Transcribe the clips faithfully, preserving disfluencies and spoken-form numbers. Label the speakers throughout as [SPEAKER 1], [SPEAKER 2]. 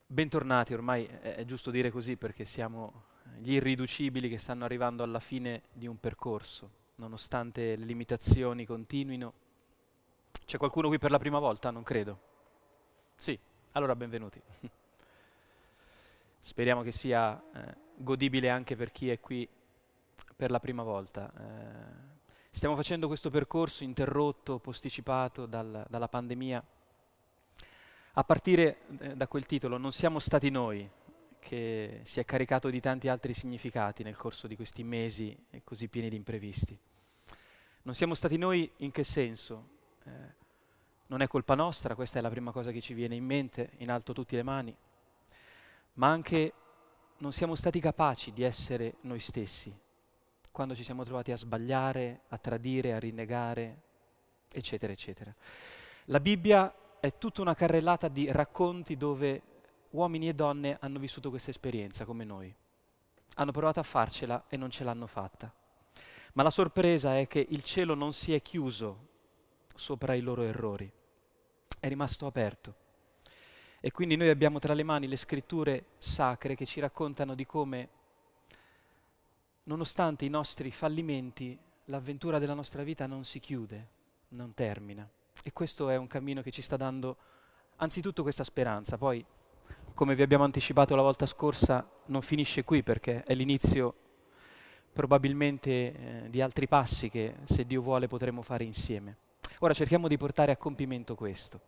[SPEAKER 1] Bentornati, ormai è, è giusto dire così perché siamo gli irriducibili che stanno arrivando alla fine di un percorso, nonostante le limitazioni continuino. C'è qualcuno qui per la prima volta? Non credo. Sì, allora benvenuti. Speriamo che sia eh, godibile anche per chi è qui per la prima volta. Eh, stiamo facendo questo percorso interrotto, posticipato dal- dalla pandemia. A partire eh, da quel titolo, non siamo stati noi, che si è caricato di tanti altri significati nel corso di questi mesi e così pieni di imprevisti. Non siamo stati noi in che senso? Eh, non è colpa nostra, questa è la prima cosa che ci viene in mente, in alto tutte le mani, ma anche non siamo stati capaci di essere noi stessi, quando ci siamo trovati a sbagliare, a tradire, a rinnegare, eccetera, eccetera. La Bibbia è tutta una carrellata di racconti dove uomini e donne hanno vissuto questa esperienza come noi. Hanno provato a farcela e non ce l'hanno fatta. Ma la sorpresa è che il cielo non si è chiuso sopra i loro errori, è rimasto aperto. E quindi noi abbiamo tra le mani le scritture sacre che ci raccontano di come, nonostante i nostri fallimenti, l'avventura della nostra vita non si chiude, non termina. E questo è un cammino che ci sta dando anzitutto questa speranza. Poi, come vi abbiamo anticipato la volta scorsa, non finisce qui perché è l'inizio probabilmente eh, di altri passi che, se Dio vuole, potremo fare insieme. Ora cerchiamo di portare a compimento questo.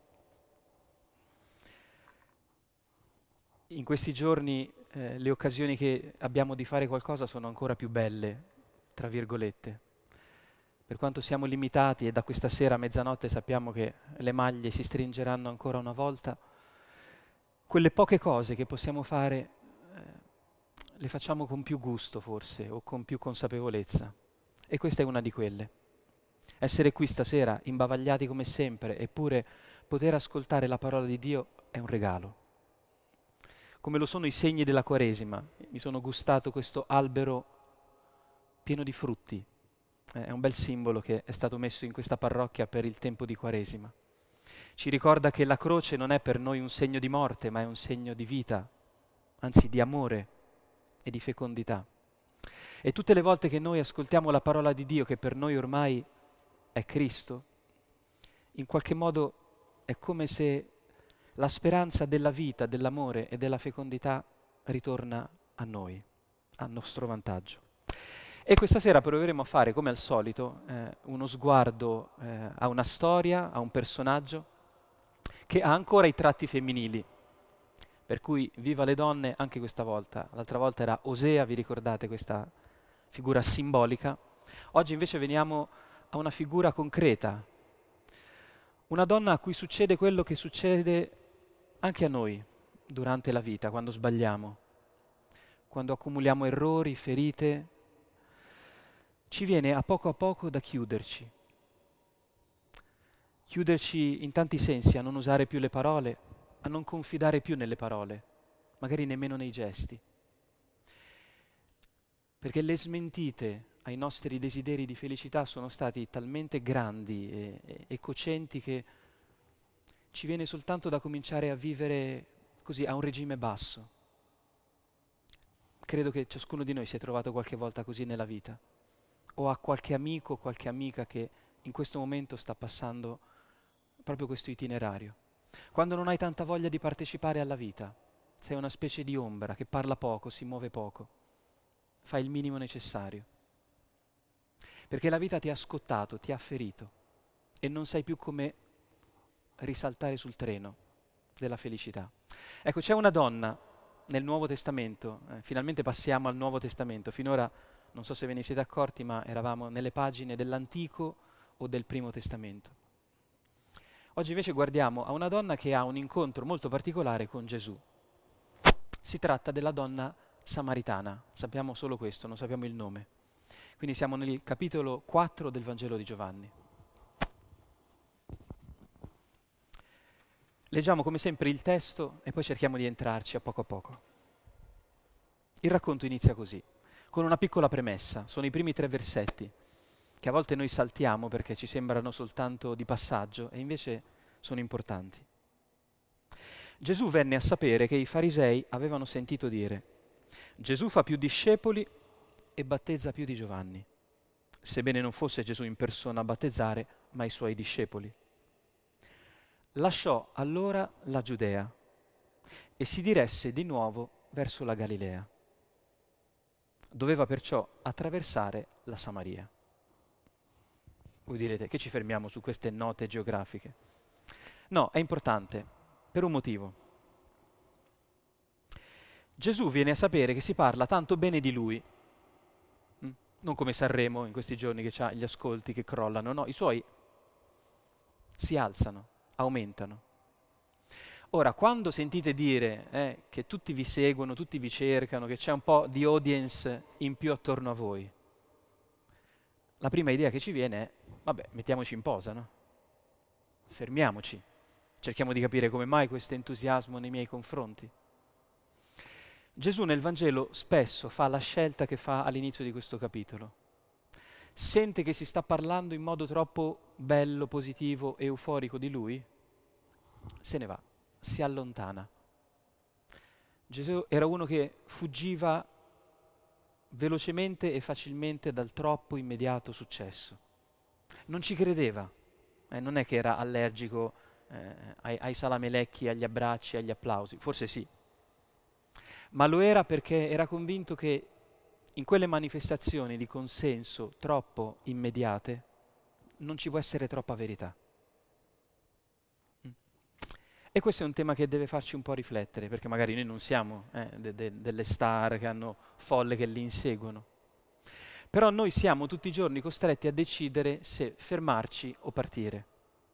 [SPEAKER 1] In questi giorni eh, le occasioni che abbiamo di fare qualcosa sono ancora più belle, tra virgolette. Per quanto siamo limitati e da questa sera a mezzanotte sappiamo che le maglie si stringeranno ancora una volta, quelle poche cose che possiamo fare eh, le facciamo con più gusto forse o con più consapevolezza. E questa è una di quelle. Essere qui stasera imbavagliati come sempre eppure poter ascoltare la parola di Dio è un regalo. Come lo sono i segni della Quaresima. Mi sono gustato questo albero pieno di frutti. È un bel simbolo che è stato messo in questa parrocchia per il tempo di Quaresima. Ci ricorda che la croce non è per noi un segno di morte, ma è un segno di vita, anzi di amore e di fecondità. E tutte le volte che noi ascoltiamo la parola di Dio, che per noi ormai è Cristo, in qualche modo è come se la speranza della vita, dell'amore e della fecondità ritorna a noi, a nostro vantaggio. E questa sera proveremo a fare, come al solito, eh, uno sguardo eh, a una storia, a un personaggio che ha ancora i tratti femminili, per cui viva le donne anche questa volta. L'altra volta era Osea, vi ricordate questa figura simbolica? Oggi invece veniamo a una figura concreta, una donna a cui succede quello che succede anche a noi durante la vita, quando sbagliamo, quando accumuliamo errori, ferite. Ci viene a poco a poco da chiuderci. Chiuderci in tanti sensi, a non usare più le parole, a non confidare più nelle parole, magari nemmeno nei gesti. Perché le smentite ai nostri desideri di felicità sono stati talmente grandi e, e, e cocenti che ci viene soltanto da cominciare a vivere così, a un regime basso. Credo che ciascuno di noi si è trovato qualche volta così nella vita. O a qualche amico o qualche amica che in questo momento sta passando proprio questo itinerario. Quando non hai tanta voglia di partecipare alla vita, sei una specie di ombra che parla poco, si muove poco, fai il minimo necessario. Perché la vita ti ha scottato, ti ha ferito e non sai più come risaltare sul treno della felicità. Ecco, c'è una donna nel Nuovo Testamento, eh, finalmente passiamo al Nuovo Testamento, finora non so se ve ne siete accorti, ma eravamo nelle pagine dell'Antico o del Primo Testamento. Oggi invece guardiamo a una donna che ha un incontro molto particolare con Gesù. Si tratta della donna samaritana, sappiamo solo questo, non sappiamo il nome. Quindi siamo nel capitolo quattro del Vangelo di Giovanni. Leggiamo come sempre il testo e poi cerchiamo di entrarci a poco a poco. Il racconto inizia così, con una piccola premessa. Sono i primi tre versetti, che a volte noi saltiamo perché ci sembrano soltanto di passaggio e invece sono importanti. Gesù venne a sapere che i farisei avevano sentito dire: Gesù fa più discepoli e battezza più di Giovanni, sebbene non fosse Gesù in persona a battezzare, ma i suoi discepoli. Lasciò allora la Giudea e si diresse di nuovo verso la Galilea. Doveva perciò attraversare la Samaria. Voi direte che ci fermiamo su queste note geografiche? No, è importante, per un motivo. Gesù viene a sapere che si parla tanto bene di lui, mm? non come Sanremo in questi giorni che ha gli ascolti che crollano, no, i suoi si alzano, aumentano. Ora, quando sentite dire eh, che tutti vi seguono, tutti vi cercano, che c'è un po' di audience in più attorno a voi, la prima idea che ci viene è, vabbè, mettiamoci in posa, no? Fermiamoci, cerchiamo di capire come mai questo entusiasmo nei miei confronti. Gesù nel Vangelo spesso fa la scelta che fa all'inizio di questo capitolo. Sente che si sta parlando in modo troppo bello, positivo e euforico di lui, se ne va, si allontana. Gesù era uno che fuggiva velocemente e facilmente dal troppo immediato successo. Non ci credeva, eh, non è che era allergico eh, ai, ai salamelecchi, agli abbracci, agli applausi, forse sì, ma lo era perché era convinto che in quelle manifestazioni di consenso troppo immediate non ci può essere troppa verità. Mm. E questo è un tema che deve farci un po' riflettere, perché magari noi non siamo eh, de- de- delle star che hanno folle che li inseguono, però noi siamo tutti i giorni costretti a decidere se fermarci o partire.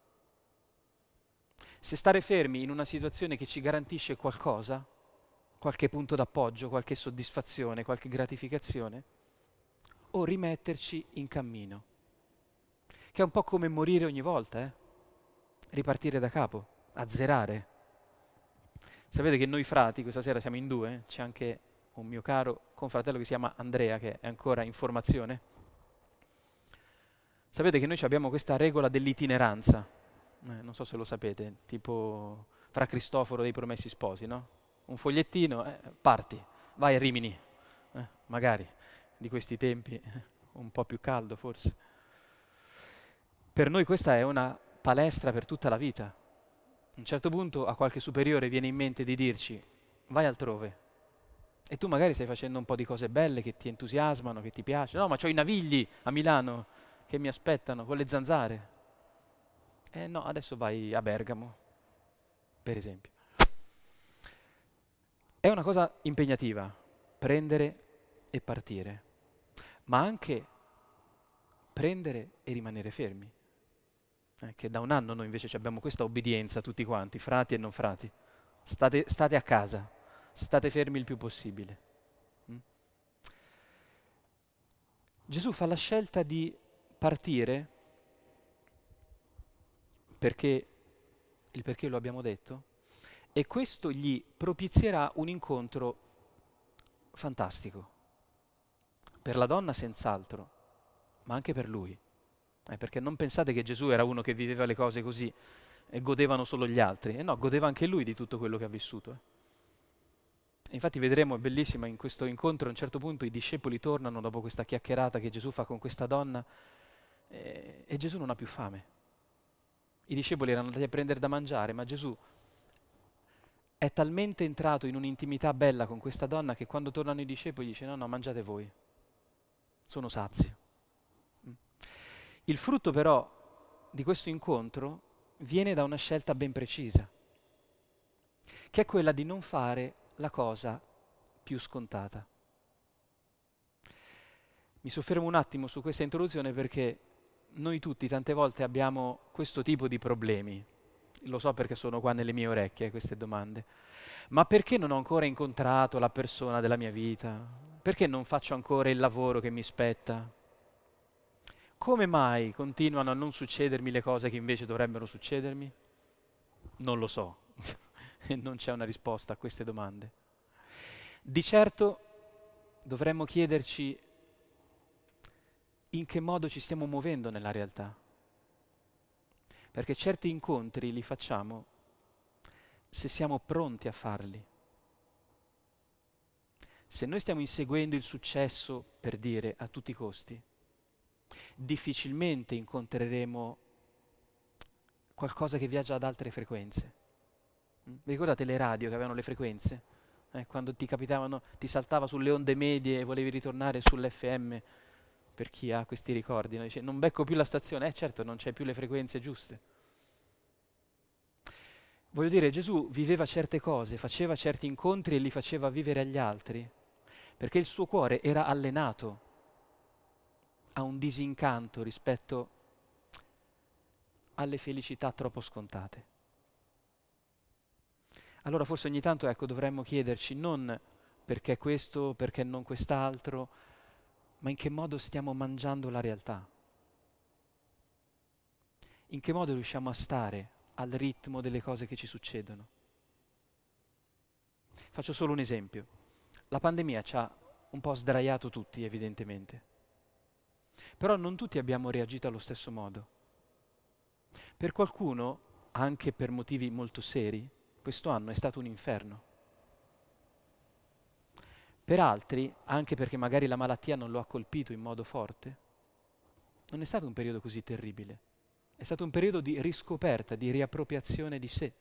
[SPEAKER 1] Se stare fermi in una situazione che ci garantisce qualcosa, qualche punto d'appoggio, qualche soddisfazione, qualche gratificazione, o rimetterci in cammino, che è un po' come morire ogni volta, eh? Ripartire da capo, azzerare. Sapete che noi frati, questa sera siamo in due, eh? C'è anche un mio caro confratello che si chiama Andrea, che è ancora in formazione. Sapete che noi abbiamo questa regola dell'itineranza, eh, non so se lo sapete, tipo fra Cristoforo dei Promessi Sposi, no? Un fogliettino, eh, parti, vai a Rimini, eh, magari, di questi tempi, eh, un po' più caldo forse. Per noi questa è una palestra per tutta la vita. A un certo punto a qualche superiore viene in mente di dirci vai altrove e tu magari stai facendo un po' di cose belle che ti entusiasmano, che ti piacciono. No, ma c'ho i Navigli a Milano che mi aspettano con le zanzare. Eh no, adesso vai a Bergamo, per esempio. È una cosa impegnativa, prendere e partire, ma anche prendere e rimanere fermi. Eh, che da un anno noi invece abbiamo questa obbedienza tutti quanti, frati e non frati. State, state a casa, state fermi il più possibile. Mm? Gesù fa la scelta di partire perché, il perché lo abbiamo detto, e questo gli propizierà un incontro fantastico. Per la donna senz'altro, ma anche per lui. Eh, perché non pensate che Gesù era uno che viveva le cose così e godevano solo gli altri. E no, godeva anche lui di tutto quello che ha vissuto. Eh. Infatti vedremo, è bellissima, in questo incontro a un certo punto i discepoli tornano dopo questa chiacchierata che Gesù fa con questa donna eh, e Gesù non ha più fame. I discepoli erano andati a prendere da mangiare, ma Gesù è talmente entrato in un'intimità bella con questa donna che quando tornano i discepoli dice no, no, mangiate voi, sono sazio. Il frutto però di questo incontro viene da una scelta ben precisa, che è quella di non fare la cosa più scontata. Mi soffermo un attimo su questa introduzione perché noi tutti tante volte abbiamo questo tipo di problemi. Lo so perché sono qua nelle mie orecchie queste domande. Ma perché non ho ancora incontrato la persona della mia vita? Perché non faccio ancora il lavoro che mi spetta? Come mai continuano a non succedermi le cose che invece dovrebbero succedermi? Non lo so, e non c'è una risposta a queste domande. Di certo dovremmo chiederci in che modo ci stiamo muovendo nella realtà, perché certi incontri li facciamo se siamo pronti a farli. Se noi stiamo inseguendo il successo, per dire, a tutti i costi, difficilmente incontreremo qualcosa che viaggia ad altre frequenze. Mm? Vi ricordate le radio che avevano le frequenze? Eh, quando ti capitavano, ti saltava sulle onde medie e volevi ritornare sull'F M, per chi ha questi ricordi, no? Dice, non becco più la stazione, eh certo, non c'è più le frequenze giuste. Voglio dire, Gesù viveva certe cose, faceva certi incontri e li faceva vivere agli altri, perché il suo cuore era allenato a un disincanto rispetto alle felicità troppo scontate. Allora forse ogni tanto, ecco, dovremmo chiederci non perché questo, perché non quest'altro, ma in che modo stiamo mangiando la realtà. In che modo riusciamo a stare al ritmo delle cose che ci succedono. Faccio solo un esempio. La pandemia ci ha un po' sdraiato tutti, evidentemente. Però non tutti abbiamo reagito allo stesso modo. Per qualcuno, anche per motivi molto seri, questo anno è stato un inferno. Per altri, anche perché magari la malattia non lo ha colpito in modo forte, non è stato un periodo così terribile. È stato un periodo di riscoperta, di riappropriazione di sé.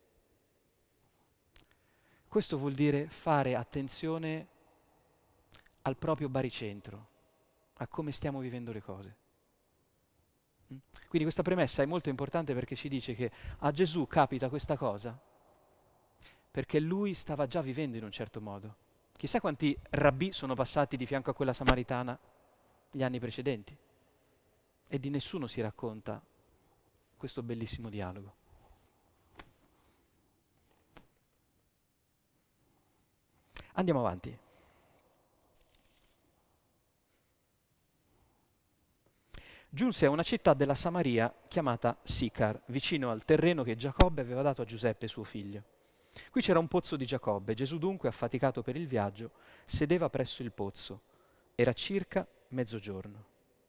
[SPEAKER 1] Questo vuol dire fare attenzione al proprio baricentro, a come stiamo vivendo le cose. Quindi questa premessa è molto importante perché ci dice che a Gesù capita questa cosa perché lui stava già vivendo in un certo modo. Chissà quanti rabbì sono passati di fianco a quella samaritana gli anni precedenti e di nessuno si racconta questo bellissimo dialogo. Andiamo avanti. Giunse a una città della Samaria chiamata Sicar, vicino al terreno che Giacobbe aveva dato a Giuseppe suo figlio. Qui c'era un pozzo di Giacobbe. Gesù dunque, affaticato per il viaggio, sedeva presso il pozzo. Era circa mezzogiorno.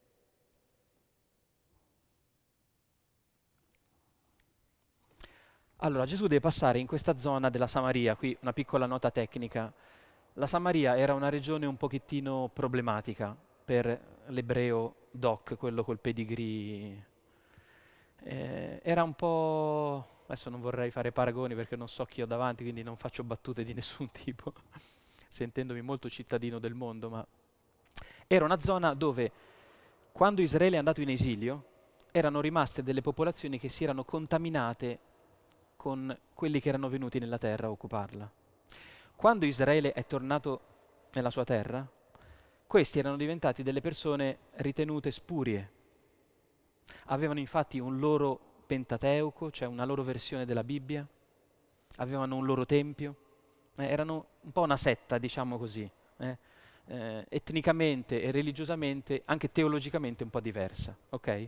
[SPEAKER 1] Allora, Gesù deve passare in questa zona della Samaria, qui una piccola nota tecnica. La Samaria era una regione un pochettino problematica per l'ebreo doc, quello col pedigree. Eh, era un po'... adesso non vorrei fare paragoni perché non so chi ho davanti, quindi non faccio battute di nessun tipo, sentendomi molto cittadino del mondo, ma era una zona dove, quando Israele è andato in esilio, erano rimaste delle popolazioni che si erano contaminate con quelli che erano venuti nella terra a occuparla. Quando Israele è tornato nella sua terra, questi erano diventati delle persone ritenute spurie. Avevano infatti un loro Pentateuco, cioè una loro versione della Bibbia, avevano un loro tempio, eh, erano un po' una setta, diciamo così, eh, eh, etnicamente e religiosamente, anche teologicamente un po' diversa, ok?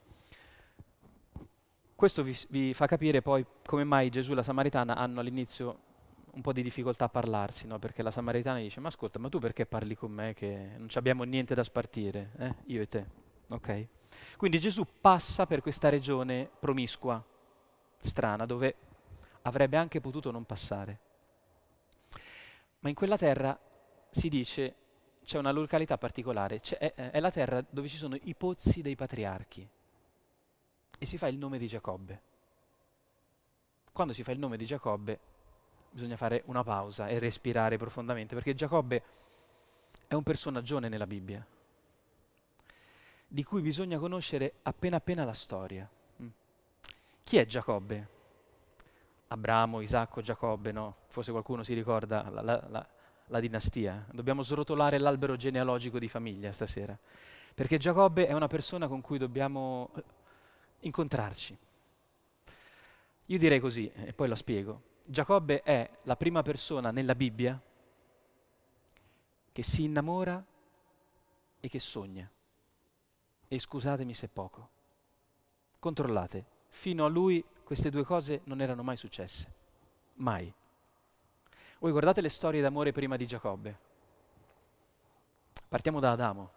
[SPEAKER 1] Questo vi, vi fa capire poi come mai Gesù e la Samaritana hanno all'inizio un po' di difficoltà a parlarsi, no? Perché la Samaritana dice, ma ascolta, ma tu perché parli con me che non abbiamo niente da spartire, eh? Io e te, ok? Quindi Gesù passa per questa regione promiscua, strana, dove avrebbe anche potuto non passare. Ma in quella terra, si dice, c'è una località particolare, c'è, è, è la terra dove ci sono i pozzi dei patriarchi e si fa il nome di Giacobbe. Quando si fa il nome di Giacobbe bisogna fare una pausa e respirare profondamente, perché Giacobbe è un personaggione nella Bibbia di cui bisogna conoscere appena appena la storia. Mm. Chi è Giacobbe? Abramo, Isacco, Giacobbe, no? Forse qualcuno si ricorda la, la, la, la dinastia. Dobbiamo srotolare l'albero genealogico di famiglia stasera, perché Giacobbe è una persona con cui dobbiamo incontrarci. Io direi così, e poi lo spiego. Giacobbe è la prima persona nella Bibbia che si innamora e che sogna. E scusatemi se poco. Controllate, fino a lui queste due cose non erano mai successe. Mai. Voi guardate le storie d'amore prima di Giacobbe. Partiamo da Adamo.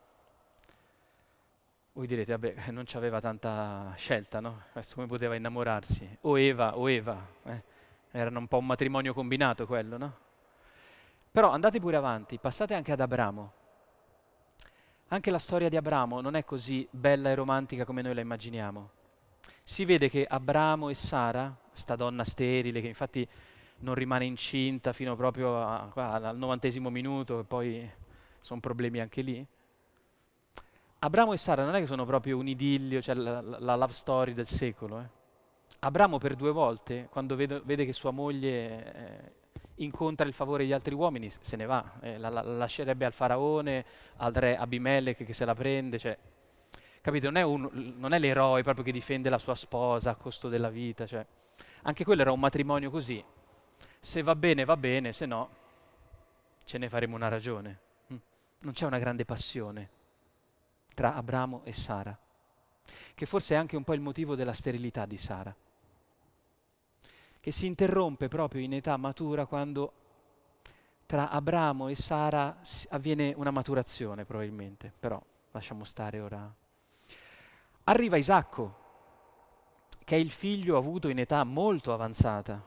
[SPEAKER 1] Voi direte, vabbè, non c'aveva tanta scelta, no? Questo come poteva innamorarsi? O Eva, o Eva. Eh? Era un po' un matrimonio combinato quello, no? Però andate pure avanti, passate anche ad Abramo. Anche la storia di Abramo non è così bella e romantica come noi la immaginiamo. Si vede che Abramo e Sara, sta donna sterile che infatti non rimane incinta fino proprio a- qua, al novantesimo minuto e poi sono problemi anche lì. Abramo e Sara non è che sono proprio un idillio, cioè la, la- la love story del secolo. eh. Abramo per due volte, quando vede, vede che sua moglie eh, incontra il favore di altri uomini, s- se ne va, eh, la, la- la lascerebbe al faraone, al re Abimelech che se la prende, cioè, capite? Non è, un- non è l'eroe proprio che difende la sua sposa a costo della vita, cioè, anche quello era un matrimonio così. Se va bene, va bene, se no, ce ne faremo una ragione. Mm. Non c'è una grande passione tra Abramo e Sara, che forse è anche un po' il motivo della sterilità di Sara, che si interrompe proprio in età matura quando tra Abramo e Sara s- avviene una maturazione probabilmente, però lasciamo stare ora. Arriva Isacco, che è il figlio avuto in età molto avanzata,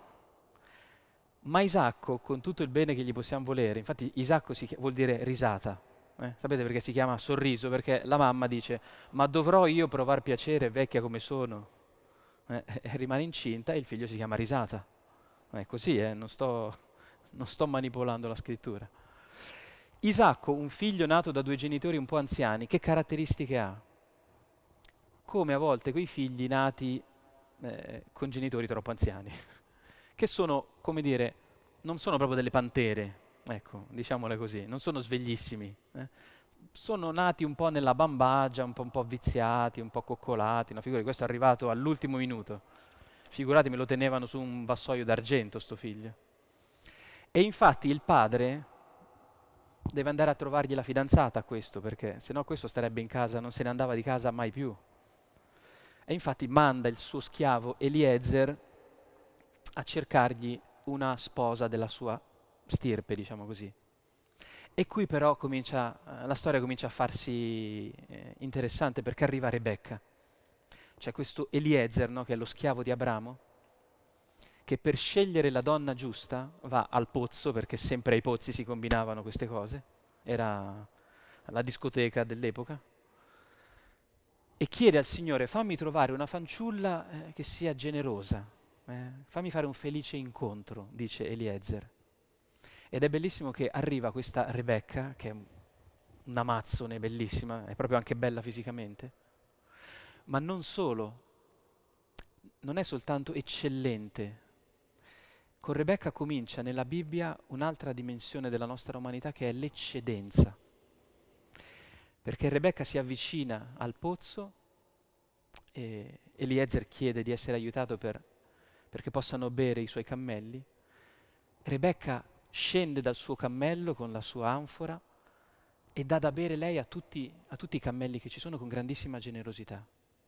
[SPEAKER 1] ma Isacco, con tutto il bene che gli possiamo volere, infatti Isacco si chi- vuol dire risata, eh? Sapete perché si chiama sorriso? Perché la mamma dice, ma dovrò io provar piacere vecchia come sono? Eh, e rimane incinta e il figlio si chiama risata. È così, eh? Non sto, non sto manipolando la scrittura. Isacco, un figlio nato da due genitori un po' anziani, che caratteristiche ha? Come a volte quei figli nati eh, con genitori troppo anziani, che sono, come dire, non sono proprio delle pantere, ecco, diciamole così, non sono sveglissimi. eh. Sono nati un po' nella bambagia, un po', un po' viziati, un po' coccolati, no? Figurati, questo è arrivato all'ultimo minuto. Figurati, me lo tenevano su un vassoio d'argento sto figlio. E infatti il padre deve andare a trovargli la fidanzata a questo, perché se no questo starebbe in casa, non se ne andava di casa mai più. E infatti manda il suo schiavo Eliezer a cercargli una sposa della sua stirpe, diciamo così. E qui però comincia, eh, la storia comincia a farsi eh, interessante perché arriva Rebecca. C'è questo Eliezer, no, che è lo schiavo di Abramo, che per scegliere la donna giusta va al pozzo, perché sempre ai pozzi si combinavano queste cose, era la discoteca dell'epoca, e chiede al Signore, fammi trovare una fanciulla eh, che sia generosa, eh, fammi fare un felice incontro, dice Eliezer. Ed è bellissimo che arriva questa Rebecca, che è un- una mazzone bellissima, è proprio anche bella fisicamente, ma non solo, non è soltanto eccellente. Con Rebecca comincia nella Bibbia un'altra dimensione della nostra umanità che è l'eccedenza. Perché Rebecca si avvicina al pozzo e Eliezer chiede di essere aiutato per- perché possano bere i suoi cammelli. Rebecca scende dal suo cammello con la sua anfora e dà da bere lei a tutti, a tutti i cammelli che ci sono con grandissima generosità.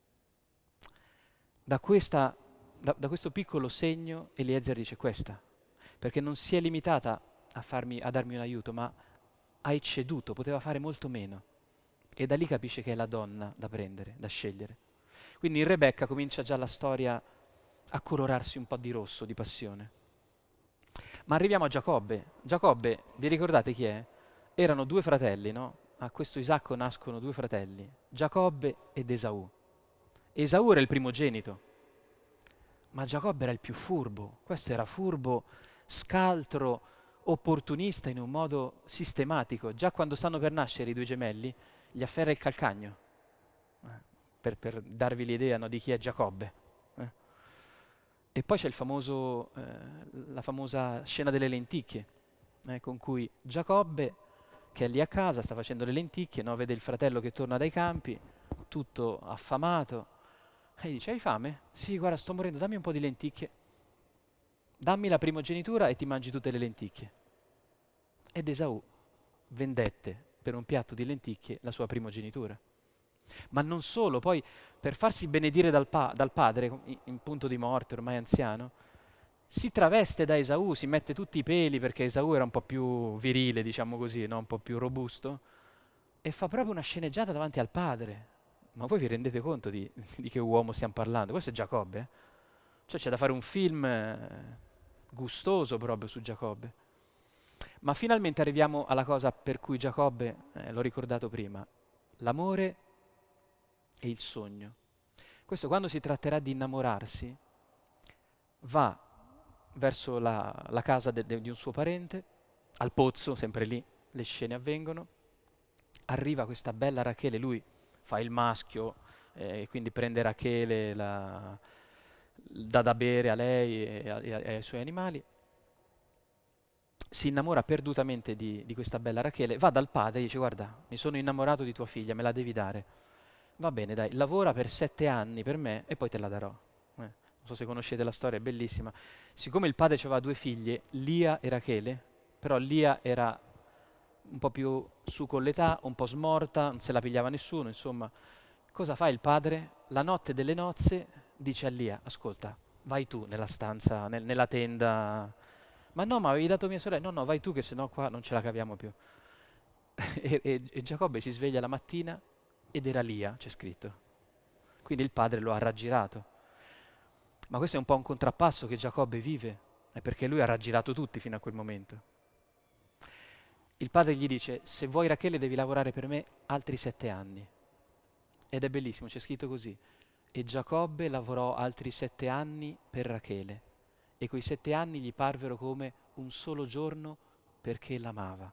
[SPEAKER 1] Da, questa, da, da questo piccolo segno Eliezer dice questa, perché non si è limitata a, farmi, a darmi un aiuto, ma ha ecceduto, poteva fare molto meno. E da lì capisce che è la donna da prendere, da scegliere. Quindi in Rebecca comincia già la storia a colorarsi un po' di rosso, di passione. Ma arriviamo a Giacobbe. Giacobbe, vi ricordate chi è? Erano due fratelli, no? A questo Isacco nascono due fratelli, Giacobbe ed Esaù. Esaù era il primogenito, ma Giacobbe era il più furbo. Questo era furbo, scaltro, opportunista in un modo sistematico. Già quando stanno per nascere i due gemelli, gli afferra il calcagno, eh, per, per darvi l'idea, no, di chi è Giacobbe. eh. E poi c'è il famoso, eh, la famosa scena delle lenticchie, eh, con cui Giacobbe, che è lì a casa, sta facendo le lenticchie, no, vede il fratello che torna dai campi, tutto affamato, e gli dice, hai fame? Sì, guarda, sto morendo, dammi un po' di lenticchie. Dammi la primogenitura e ti mangi tutte le lenticchie. Ed Esaù vendette per un piatto di lenticchie la sua primogenitura. Ma non solo, poi per farsi benedire dal, pa- dal padre, in, in punto di morte, ormai anziano, si traveste da Esaù, si mette tutti i peli perché Esaù era un po' più virile, diciamo così, no? Un po' più robusto, e fa proprio una sceneggiata davanti al padre. Ma voi vi rendete conto di, di che uomo stiamo parlando? Questo è Giacobbe, eh? Cioè c'è da fare un film eh, gustoso proprio su Giacobbe. Ma finalmente arriviamo alla cosa per cui Giacobbe, eh, l'ho ricordato prima, l'amore e il sogno. Questo quando si tratterà di innamorarsi va verso la, la casa de, de, di un suo parente, al pozzo, sempre lì le scene avvengono, arriva questa bella Rachele, lui fa il maschio, eh, quindi prende Rachele, la, dà da bere a lei e, a, e ai suoi animali, si innamora perdutamente di, di questa bella Rachele, va dal padre e dice guarda, mi sono innamorato di tua figlia, me la devi dare. Va bene, dai, lavora per sette anni per me e poi te la darò. Eh, non so se conoscete la storia, è bellissima. Siccome il padre aveva due figlie, Lia e Rachele, però Lia era un po' più su con l'età, un po' smorta, non se la pigliava nessuno, insomma. Cosa fa il padre? La notte delle nozze dice a Lia, ascolta, vai tu nella stanza, nel- nella tenda. Ma no, ma avevi dato mia sorella? No, no, vai tu che sennò qua non ce la caviamo più. e, e, e Giacobbe si sveglia la mattina ed era Lia, c'è scritto. Quindi il padre lo ha raggirato. Ma questo è un po' un contrappasso che Giacobbe vive, è perché lui ha raggirato tutti fino a quel momento. Il padre gli dice, se vuoi Rachele devi lavorare per me altri sette anni. Ed è bellissimo, c'è scritto così. E Giacobbe lavorò altri sette anni per Rachele. E quei sette anni gli parvero come un solo giorno perché l'amava.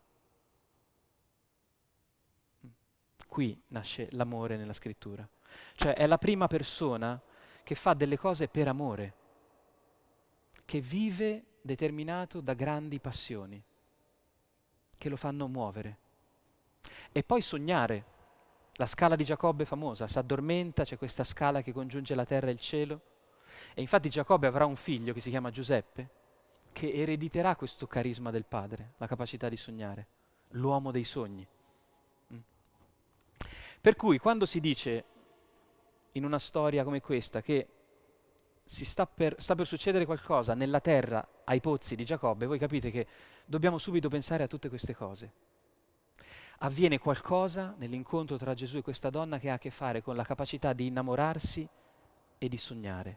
[SPEAKER 1] Qui nasce l'amore nella scrittura. Cioè è la prima persona che fa delle cose per amore, che vive determinato da grandi passioni, che lo fanno muovere. E poi sognare. La scala di Giacobbe è famosa, si addormenta, c'è questa scala che congiunge la terra e il cielo. E infatti Giacobbe avrà un figlio che si chiama Giuseppe, che erediterà questo carisma del padre, la capacità di sognare, l'uomo dei sogni. Mm. Per cui quando si dice in una storia come questa che si sta per, sta per succedere qualcosa nella terra ai pozzi di Giacobbe, voi capite che dobbiamo subito pensare a tutte queste cose. Avviene qualcosa nell'incontro tra Gesù e questa donna che ha a che fare con la capacità di innamorarsi e di sognare.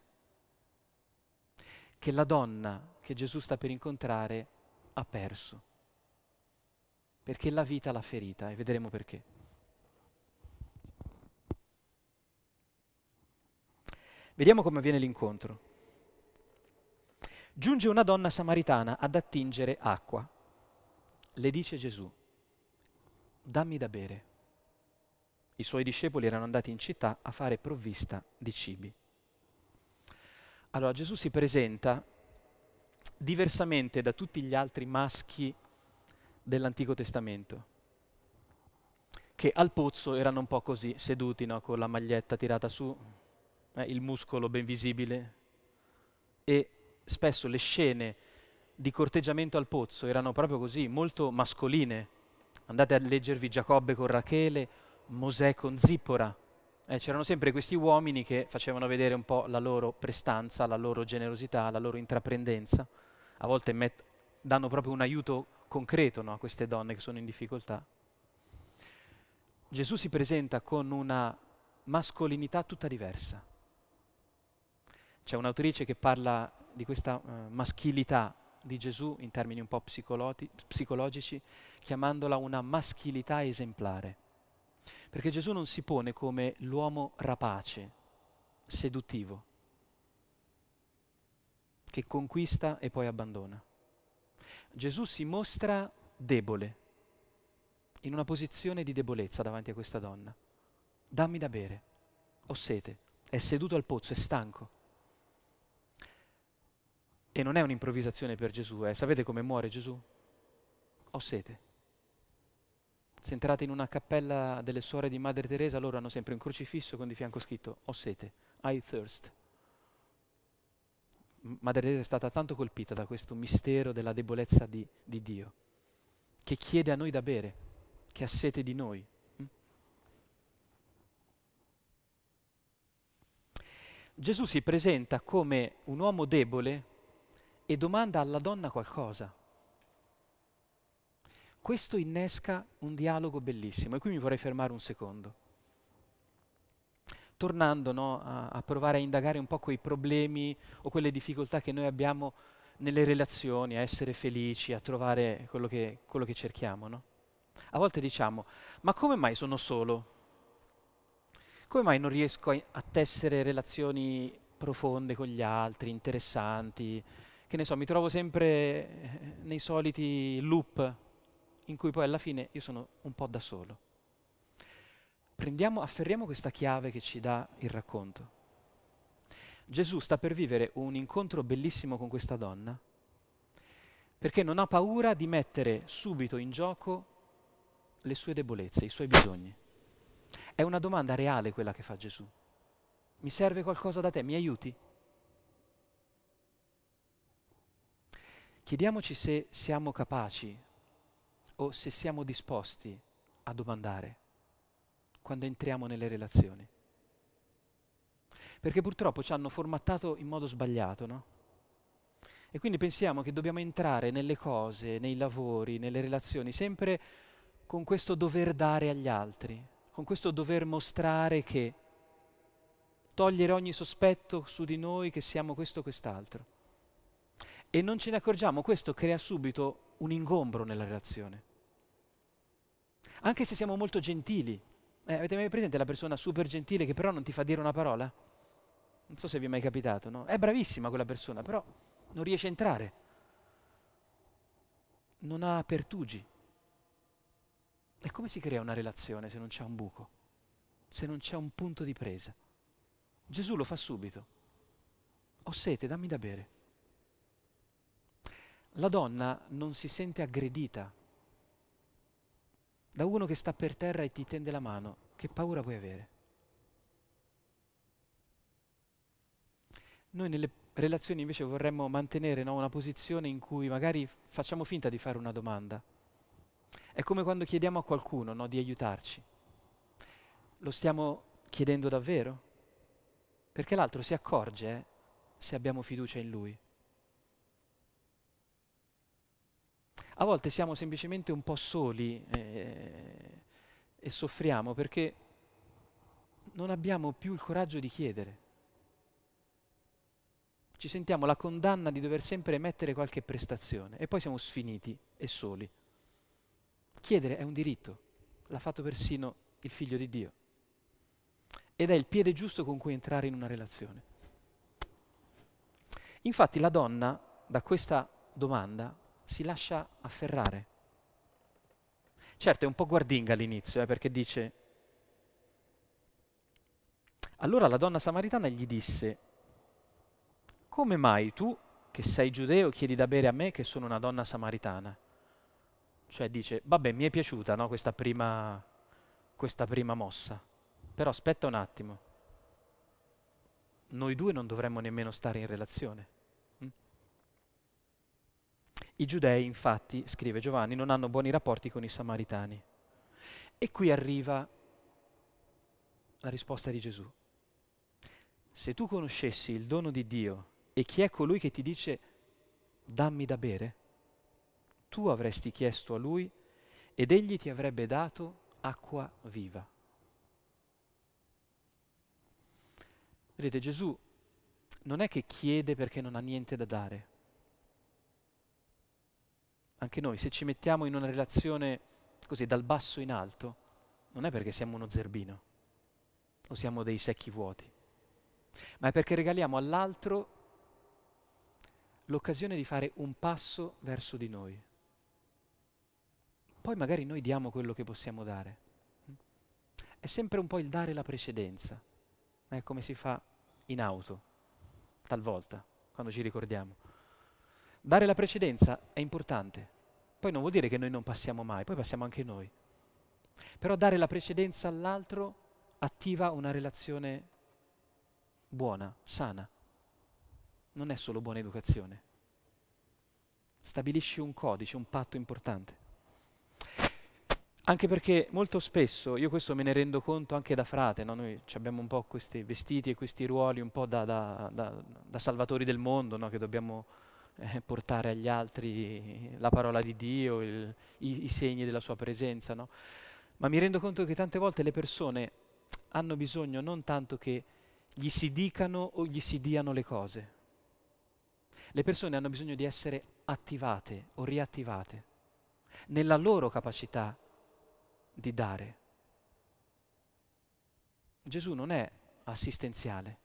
[SPEAKER 1] Che la donna che Gesù sta per incontrare ha perso, perché la vita l'ha ferita e vedremo perché. Vediamo come avviene l'incontro. Giunge una donna samaritana ad attingere acqua. Le dice Gesù, dammi da bere. I suoi discepoli erano andati in città a fare provvista di cibi. Allora Gesù si presenta diversamente da tutti gli altri maschi dell'Antico Testamento, che al pozzo erano un po' così, seduti, no, con la maglietta tirata su, eh, il muscolo ben visibile, e spesso le scene di corteggiamento al pozzo erano proprio così, molto mascoline. Andate a leggervi Giacobbe con Rachele, Mosè con Zippora. Eh, c'erano sempre questi uomini che facevano vedere un po' la loro prestanza, la loro generosità, la loro intraprendenza. A volte met- danno proprio un aiuto concreto, no, a queste donne che sono in difficoltà. Gesù si presenta con una mascolinità tutta diversa. C'è un'autrice che parla di questa uh, maschilità di Gesù in termini un po' psicologi- psicologici, chiamandola una maschilità esemplare. Perché Gesù non si pone come l'uomo rapace, seduttivo, che conquista e poi abbandona. Gesù si mostra debole, in una posizione di debolezza davanti a questa donna. Dammi da bere, ho sete, è seduto al pozzo, è stanco. E non è un'improvvisazione per Gesù, eh. Sapete come muore Gesù? Ho sete. Se entrate in una cappella delle suore di Madre Teresa, loro hanno sempre un crocifisso con di fianco scritto ho sete, I thirst. M- Madre Teresa è stata tanto colpita da questo mistero della debolezza di, di Dio, che chiede a noi da bere, che ha sete di noi. Mm? Gesù si presenta come un uomo debole e domanda alla donna qualcosa. Questo innesca un dialogo bellissimo e qui mi vorrei fermare un secondo. Tornando, no, a, a provare a indagare un po' quei problemi o quelle difficoltà che noi abbiamo nelle relazioni, a essere felici, a trovare quello che, quello che cerchiamo, no? A volte diciamo, ma come mai sono solo? Come mai non riesco a, a tessere relazioni profonde con gli altri, interessanti? Che ne so, mi trovo sempre eh, nei soliti loop in cui poi alla fine io sono un po' da solo. Prendiamo, afferriamo questa chiave che ci dà il racconto. Gesù sta per vivere un incontro bellissimo con questa donna perché non ha paura di mettere subito in gioco le sue debolezze, i suoi bisogni. È una domanda reale quella che fa Gesù. Mi serve qualcosa da te? Mi aiuti? Chiediamoci se siamo capaci o se siamo disposti a domandare quando entriamo nelle relazioni. Perché purtroppo ci hanno formattato in modo sbagliato, no? E quindi pensiamo che dobbiamo entrare nelle cose, nei lavori, nelle relazioni, sempre con questo dover dare agli altri, con questo dover mostrare che, togliere ogni sospetto su di noi che siamo questo o quest'altro. E non ce ne accorgiamo, questo crea subito un ingombro nella relazione. Anche se siamo molto gentili. Eh, avete mai presente la persona super gentile che però non ti fa dire una parola? Non so se vi è mai capitato, no? È bravissima quella persona, però non riesce a entrare. Non ha pertugi. E come si crea una relazione se non c'è un buco? Se non c'è un punto di presa? Gesù lo fa subito. Ho sete, dammi da bere. La donna non si sente aggredita da uno che sta per terra e ti tende la mano. Che paura puoi avere? Noi nelle relazioni invece vorremmo mantenere, no, una posizione in cui magari facciamo finta di fare una domanda. È come quando chiediamo a qualcuno, no, di aiutarci. Lo stiamo chiedendo davvero? Perché l'altro si accorge eh, se abbiamo fiducia in lui. A volte siamo semplicemente un po' soli eh, e soffriamo perché non abbiamo più il coraggio di chiedere. Ci sentiamo la condanna di dover sempre emettere qualche prestazione e poi siamo sfiniti e soli. Chiedere è un diritto, l'ha fatto persino il Figlio di Dio. Ed è il piede giusto con cui entrare in una relazione. Infatti la donna, da questa domanda, si lascia afferrare. Certo, è un po' guardinga all'inizio, eh, perché dice: allora la donna samaritana gli disse: come mai tu, che sei giudeo, chiedi da bere a me che sono una donna samaritana? Cioè dice, vabbè, mi è piaciuta, no, questa prima, questa prima mossa, però aspetta un attimo, noi due non dovremmo nemmeno stare in relazione. Hm? I giudei, infatti, scrive Giovanni, non hanno buoni rapporti con i samaritani. E qui arriva la risposta di Gesù. Se tu conoscessi il dono di Dio e chi è colui che ti dice dammi da bere, tu avresti chiesto a lui ed egli ti avrebbe dato acqua viva. Vedete, Gesù non è che chiede perché non ha niente da dare. Anche noi, se ci mettiamo in una relazione così dal basso in alto, non è perché siamo uno zerbino o siamo dei secchi vuoti, ma è perché regaliamo all'altro l'occasione di fare un passo verso di noi. Poi magari noi diamo quello che possiamo dare. È sempre un po' il dare la precedenza. È come si fa in auto, talvolta, quando ci ricordiamo. Dare la precedenza è importante. Poi non vuol dire che noi non passiamo mai, poi passiamo anche noi. Però dare la precedenza all'altro attiva una relazione buona, sana. Non è solo buona educazione. Stabilisci un codice, un patto importante. Anche perché molto spesso, io questo me ne rendo conto anche da frate, no? Noi abbiamo un po' questi vestiti e questi ruoli un po' da, da, da, da salvatori del mondo, no? Che dobbiamo eh, portare agli altri la parola di Dio, il, i, i segni della sua presenza, no? Ma mi rendo conto che tante volte le persone hanno bisogno non tanto che gli si dicano o gli si diano le cose, Le persone hanno bisogno di essere attivate o riattivate nella loro capacità di dare. Gesù non è assistenziale.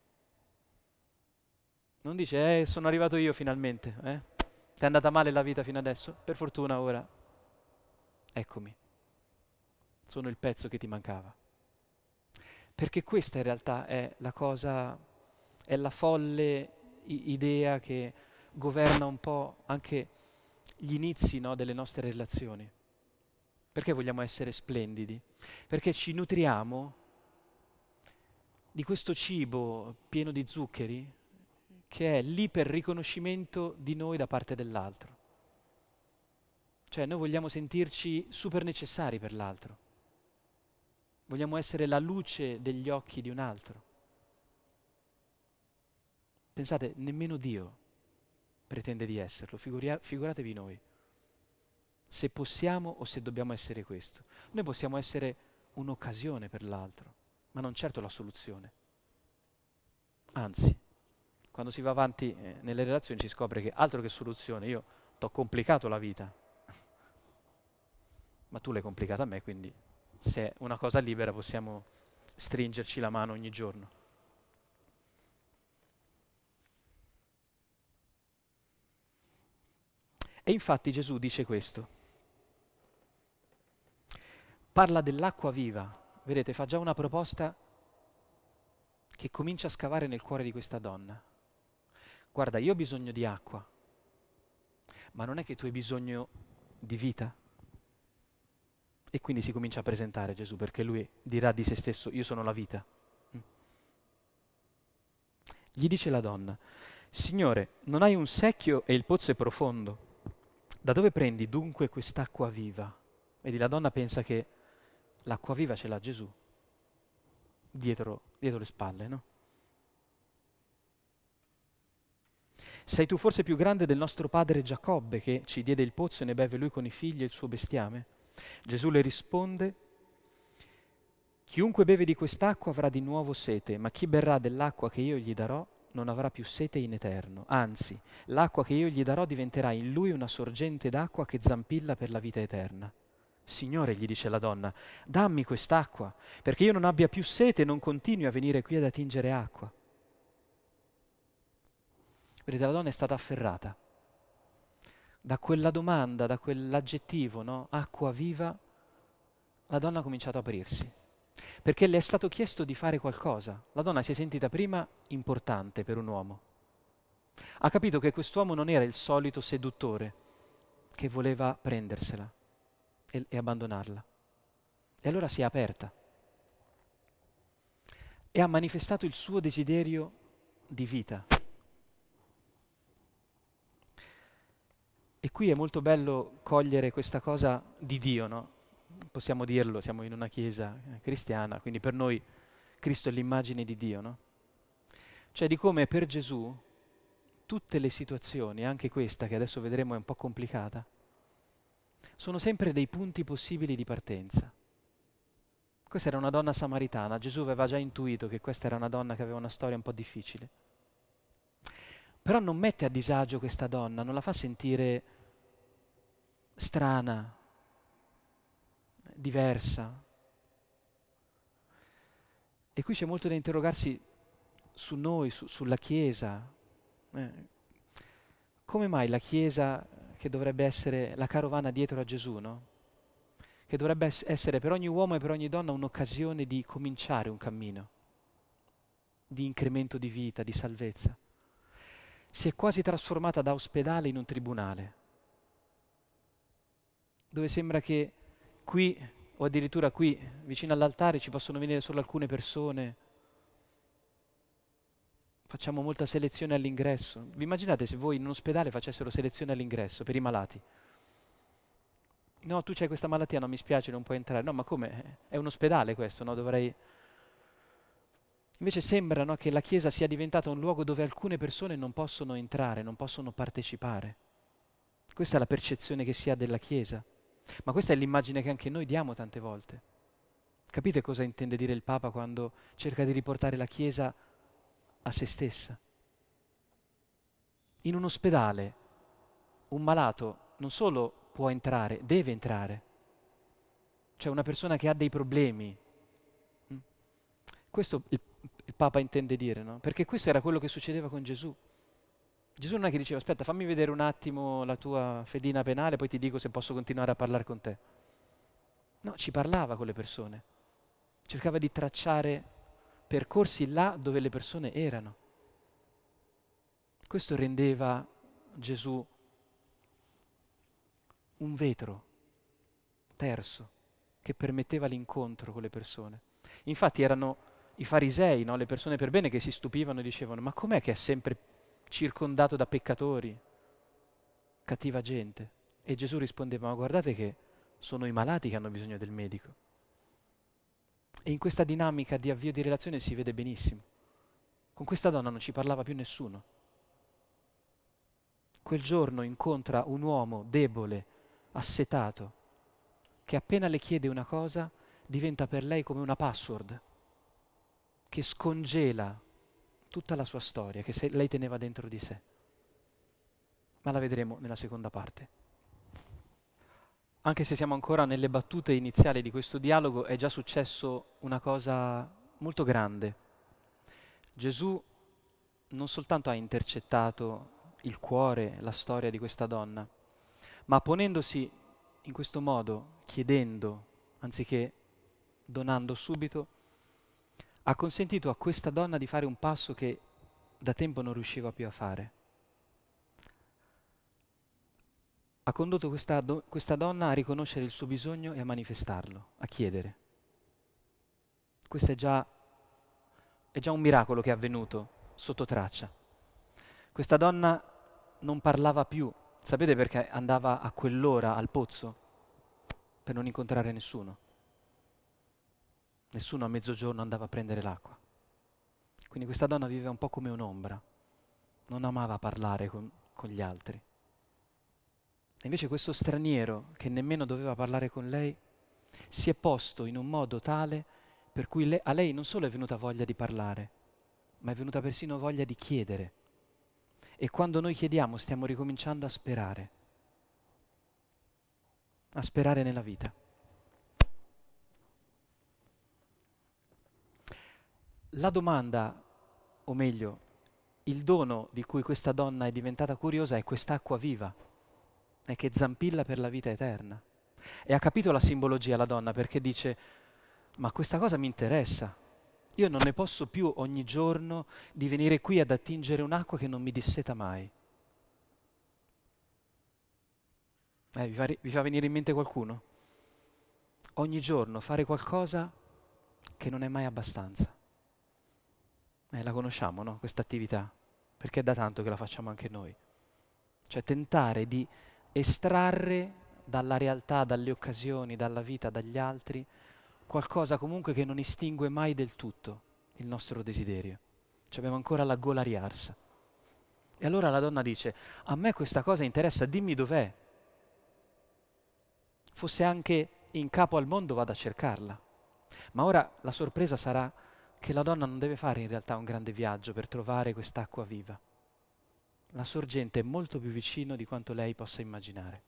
[SPEAKER 1] Non dice, eh, sono arrivato io finalmente, eh? Ti è andata male la vita fino adesso? Per fortuna ora, eccomi, sono il pezzo che ti mancava. Perché questa in realtà è la cosa, è la folle i- idea che governa un po' anche gli inizi, no, delle nostre relazioni. Perché vogliamo essere splendidi? Perché ci nutriamo di questo cibo pieno di zuccheri che è l'iperriconoscimento di noi da parte dell'altro. Cioè noi vogliamo sentirci super necessari per l'altro. Vogliamo essere la luce degli occhi di un altro. Pensate, nemmeno Dio pretende di esserlo, figuria- figuratevi noi. Se possiamo o se dobbiamo essere questo. Noi possiamo essere un'occasione per l'altro, ma non certo la soluzione. Anzi, quando si va avanti eh, nelle relazioni ci scopre che altro che soluzione, io t'ho complicato la vita, ma tu l'hai complicata a me, quindi se è una cosa libera possiamo stringerci la mano ogni giorno. E infatti Gesù dice questo, parla dell'acqua viva, vedete, fa già una proposta che comincia a scavare nel cuore di questa donna. Guarda, io ho bisogno di acqua, ma non è che tu hai bisogno di vita? E quindi si comincia a presentare Gesù, perché lui dirà di se stesso, io sono la vita. Mm. Gli dice la donna, Signore, non hai un secchio e il pozzo è profondo. Da dove prendi dunque quest'acqua viva? Vedi, la donna pensa che l'acqua viva ce l'ha Gesù, dietro, dietro le spalle, no? Sei tu forse più grande del nostro padre Giacobbe, che ci diede il pozzo e ne beve lui con i figli e il suo bestiame? Gesù le risponde, chiunque beve di quest'acqua avrà di nuovo sete, ma chi berrà dell'acqua che io gli darò non avrà più sete in eterno. Anzi, l'acqua che io gli darò diventerà in lui una sorgente d'acqua che zampilla per la vita eterna. Signore, gli dice la donna, dammi quest'acqua, perché io non abbia più sete e non continui a venire qui ad attingere acqua. Vedete, la donna è stata afferrata. Da quella domanda, da quell'aggettivo, no? Acqua viva, la donna ha cominciato ad aprirsi. Perché le è stato chiesto di fare qualcosa. La donna si è sentita prima importante per un uomo. Ha capito che quest'uomo non era il solito seduttore che voleva prendersela e, e abbandonarla. E allora si è aperta e ha manifestato il suo desiderio di vita. E qui è molto bello cogliere questa cosa di Dio, no? Possiamo dirlo, siamo in una chiesa eh, cristiana, quindi per noi Cristo è l'immagine di Dio, no? Cioè di come per Gesù tutte le situazioni, anche questa che adesso vedremo è un po' complicata, sono sempre dei punti possibili di partenza. Questa era una donna samaritana, Gesù aveva già intuito che questa era una donna che aveva una storia un po' difficile. Però non mette a disagio questa donna, non la fa sentire strana, diversa. E qui c'è molto da interrogarsi su noi, su, sulla Chiesa. Eh, come mai la Chiesa, che dovrebbe essere la carovana dietro a Gesù, no? Che dovrebbe ess- essere per ogni uomo e per ogni donna un'occasione di cominciare un cammino, di incremento di vita, di salvezza, si è quasi trasformata da ospedale in un tribunale, dove sembra che qui, o addirittura qui, vicino all'altare, ci possono venire solo alcune persone. Facciamo molta selezione all'ingresso. Vi immaginate se voi in un ospedale facessero selezione all'ingresso per i malati? No, tu c'hai questa malattia, non mi spiace, non puoi entrare. No, ma come? È un ospedale questo, no? Dovrei... Invece sembra, no, che la Chiesa sia diventata un luogo dove alcune persone non possono entrare, non possono partecipare. Questa è la percezione che si ha della Chiesa. Ma questa è l'immagine che anche noi diamo tante volte. Capite cosa intende dire il Papa quando cerca di riportare la Chiesa a se stessa? In un ospedale un malato non solo può entrare, deve entrare. Cioè una persona che ha dei problemi. Mm. Questo il, il Papa intende dire, no? Perché questo era quello che succedeva con Gesù. Gesù non è che diceva, aspetta, fammi vedere un attimo la tua fedina penale, poi ti dico se posso continuare a parlare con te. No, ci parlava con le persone. Cercava di tracciare percorsi là dove le persone erano. Questo rendeva Gesù un vetro terso che permetteva l'incontro con le persone. Infatti erano i farisei, no? Le persone per bene che si stupivano e dicevano, ma com'è che è sempre circondato da peccatori, cattiva gente? E Gesù rispondeva, ma guardate che sono i malati che hanno bisogno del medico. E in questa dinamica di avvio di relazione si vede benissimo. Con questa donna non ci parlava più nessuno. Quel giorno incontra un uomo debole, assetato, che appena le chiede una cosa diventa per lei come una password che scongela tutta la sua storia che se lei teneva dentro di sé. Ma la vedremo nella seconda parte. Anche se siamo ancora nelle battute iniziali di questo dialogo, è già successo una cosa molto grande. Gesù non soltanto ha intercettato il cuore, la storia di questa donna, ma ponendosi in questo modo, chiedendo, anziché donando subito, ha consentito a questa donna di fare un passo che da tempo non riusciva più a fare. Ha condotto questa, do- questa donna a riconoscere il suo bisogno e a manifestarlo, a chiedere. Questo è già, è già un miracolo che è avvenuto sotto traccia. Questa donna non parlava più. Sapete perché andava a quell'ora al pozzo? Per non incontrare nessuno. Nessuno a mezzogiorno andava a prendere l'acqua. Quindi questa donna viveva un po' come un'ombra. Non amava parlare con, con gli altri. E invece questo straniero, che nemmeno doveva parlare con lei, si è posto in un modo tale per cui le, a lei non solo è venuta voglia di parlare, ma è venuta persino voglia di chiedere. E quando noi chiediamo stiamo ricominciando a sperare, a sperare nella vita. La domanda, o meglio, il dono di cui questa donna è diventata curiosa è quest'acqua viva, è che zampilla per la vita eterna. E ha capito la simbologia la donna perché dice, ma questa cosa mi interessa, io non ne posso più ogni giorno di venire qui ad attingere un'acqua che non mi disseta mai. Eh, vi, fa, vi fa venire in mente qualcuno? Ogni giorno fare qualcosa che non è mai abbastanza. Eh, la conosciamo, no? Questa attività, perché è da tanto che la facciamo anche noi. Cioè tentare di estrarre dalla realtà, dalle occasioni, dalla vita, dagli altri, qualcosa comunque che non estingue mai del tutto il nostro desiderio. Cioè abbiamo ancora la gola riarsa. E allora la donna dice, a me questa cosa interessa, dimmi dov'è. Fosse anche in capo al mondo vado a cercarla. Ma ora la sorpresa sarà che la donna non deve fare in realtà un grande viaggio per trovare quest'acqua viva. La sorgente è molto più vicino di quanto lei possa immaginare.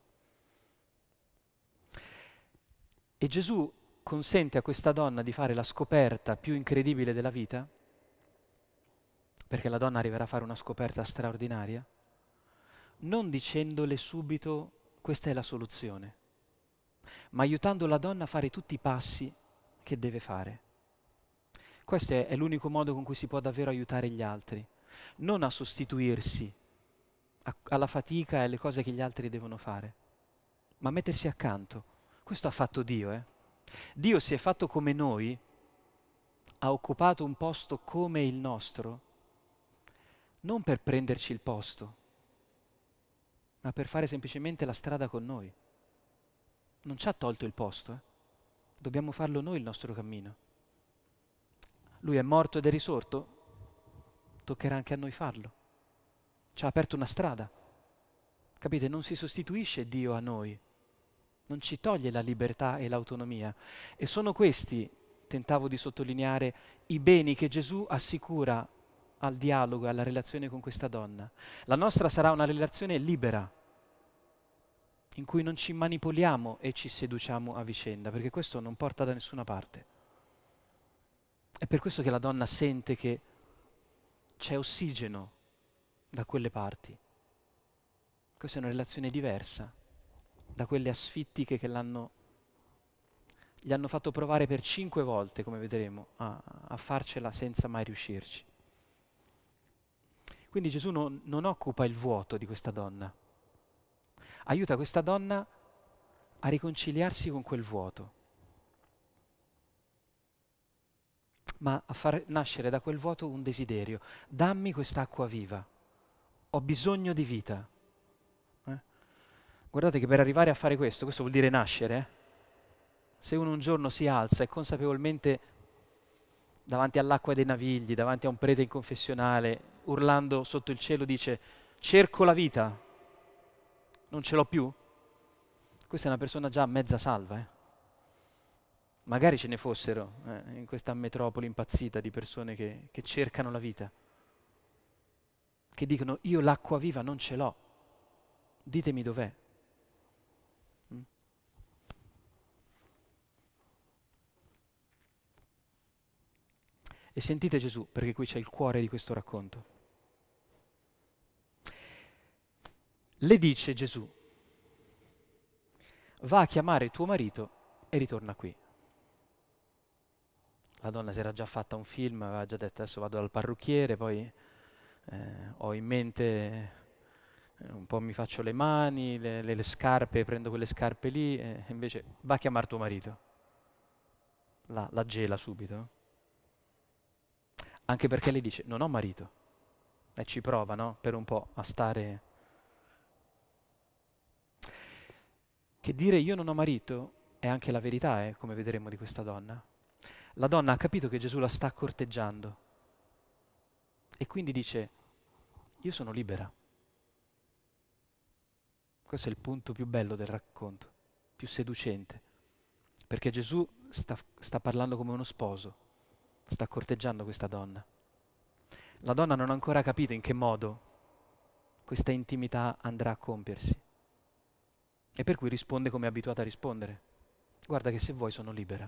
[SPEAKER 1] E Gesù consente a questa donna di fare la scoperta più incredibile della vita, perché la donna arriverà a fare una scoperta straordinaria, non dicendole subito questa è la soluzione, ma aiutando la donna a fare tutti i passi che deve fare. Questo è, è l'unico modo con cui si può davvero aiutare gli altri, non a sostituirsi a, alla fatica e alle cose che gli altri devono fare, ma a mettersi accanto. Questo ha fatto Dio, eh? Dio si è fatto come noi, ha occupato un posto come il nostro, non per prenderci il posto, ma per fare semplicemente la strada con noi. Non ci ha tolto il posto, eh? Dobbiamo farlo noi il nostro cammino. Lui è morto ed è risorto, toccherà anche a noi farlo. Ci ha aperto una strada. Capite? Non si sostituisce Dio a noi, non ci toglie la libertà e l'autonomia. E sono questi, tentavo di sottolineare, i beni che Gesù assicura al dialogo e alla relazione con questa donna. La nostra sarà una relazione libera, in cui non ci manipoliamo e ci seduciamo a vicenda, perché questo non porta da nessuna parte. È per questo che la donna sente che c'è ossigeno da quelle parti. Questa è una relazione diversa da quelle asfittiche che l'hanno, gli hanno fatto provare per cinque volte, come vedremo, a, a farcela senza mai riuscirci. Quindi Gesù non, non occupa il vuoto di questa donna, aiuta questa donna a riconciliarsi con quel vuoto, ma a far nascere da quel vuoto un desiderio. Dammi quest'acqua viva, ho bisogno di vita. Eh? Guardate che per arrivare a fare questo, questo vuol dire nascere. Eh? Se uno un giorno si alza e consapevolmente davanti all'acqua dei Navigli, davanti a un prete in confessionale, urlando sotto il cielo dice cerco la vita, non ce l'ho più, questa è una persona già mezza salva. Eh? Magari ce ne fossero eh, in questa metropoli impazzita di persone che, che cercano la vita, che dicono io l'acqua viva non ce l'ho, ditemi dov'è. Mm? E sentite Gesù, perché qui c'è il cuore di questo racconto. Le dice Gesù, va a chiamare tuo marito e ritorna qui. La donna si era già fatta un film, aveva già detto adesso vado dal parrucchiere, poi eh, ho in mente, eh, un po' mi faccio le mani, le, le, le scarpe, prendo quelle scarpe lì, e invece va a chiamare tuo marito. La, la gela subito. Anche perché lei dice non ho marito. E ci prova, no? Per un po' a stare... Che dire io non ho marito è anche la verità, eh, come vedremo di questa donna. La donna ha capito che Gesù la sta corteggiando e quindi dice, io sono libera. Questo è il punto più bello del racconto, più seducente, perché Gesù sta, sta parlando come uno sposo, sta corteggiando questa donna. La donna non ha ancora capito in che modo questa intimità andrà a compiersi e per cui risponde come è abituata a rispondere. Guarda che se vuoi sono libera.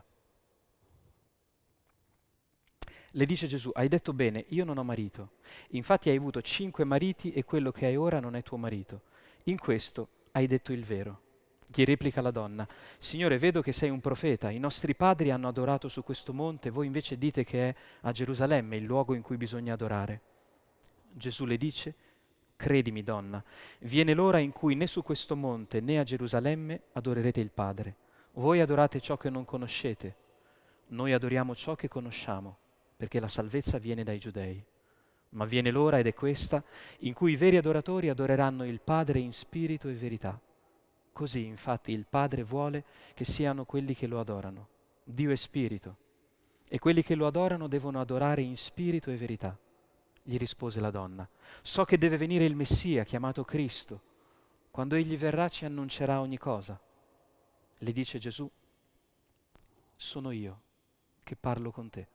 [SPEAKER 1] Le dice Gesù, hai detto bene, io non ho marito. Infatti hai avuto cinque mariti e quello che hai ora non è tuo marito. In questo hai detto il vero. Gli replica la donna, Signore, vedo che sei un profeta. I nostri padri hanno adorato su questo monte, voi invece dite che è a Gerusalemme il luogo in cui bisogna adorare. Gesù le dice, credimi donna, viene l'ora in cui né su questo monte né a Gerusalemme adorerete il Padre. Voi adorate ciò che non conoscete, noi adoriamo ciò che conosciamo, perché la salvezza viene dai giudei. Ma viene l'ora, ed è questa, in cui i veri adoratori adoreranno il Padre in spirito e verità. Così, infatti, il Padre vuole che siano quelli che lo adorano. Dio è spirito, e quelli che lo adorano devono adorare in spirito e verità. Gli rispose la donna, so che deve venire il Messia, chiamato Cristo. Quando egli verrà ci annuncerà ogni cosa. Le dice Gesù, sono io che parlo con te.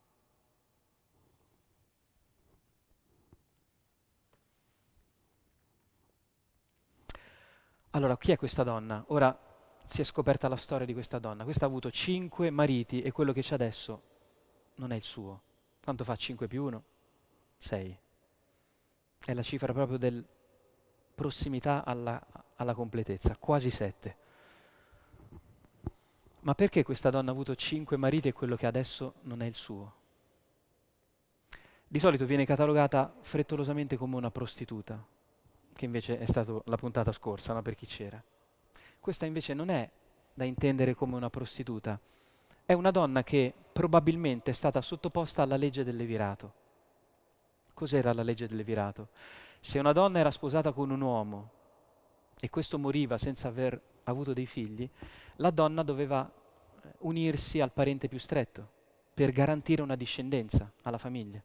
[SPEAKER 1] Allora, chi è questa donna? Ora si è scoperta la storia di questa donna. Questa ha avuto cinque mariti e quello che c'è adesso non è il suo. Quanto fa cinque più uno? sei. È la cifra proprio del prossimità alla, alla completezza, quasi sette. Ma perché questa donna ha avuto cinque mariti e quello che adesso non è il suo? Di solito viene catalogata frettolosamente come una prostituta, che invece è stata la puntata scorsa, no? Per chi c'era. Questa invece non è da intendere come una prostituta, è una donna che probabilmente è stata sottoposta alla legge del levirato. Cos'era la legge del levirato? Se una donna era sposata con un uomo e questo moriva senza aver avuto dei figli, la donna doveva unirsi al parente più stretto per garantire una discendenza alla famiglia.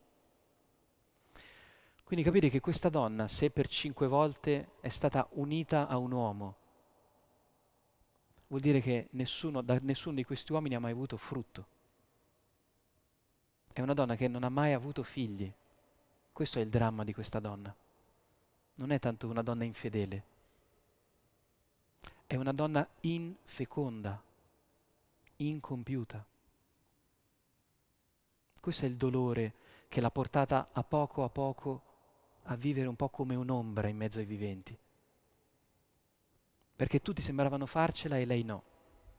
[SPEAKER 1] Quindi capite che questa donna, se per cinque volte è stata unita a un uomo, vuol dire che nessuno, da nessuno di questi uomini ha mai avuto frutto. È una donna che non ha mai avuto figli. Questo è il dramma di questa donna. Non è tanto una donna infedele, è una donna infeconda, incompiuta. Questo è il dolore che l'ha portata a poco a poco a vivere un po' come un'ombra in mezzo ai viventi. Perché tutti sembravano farcela e lei no.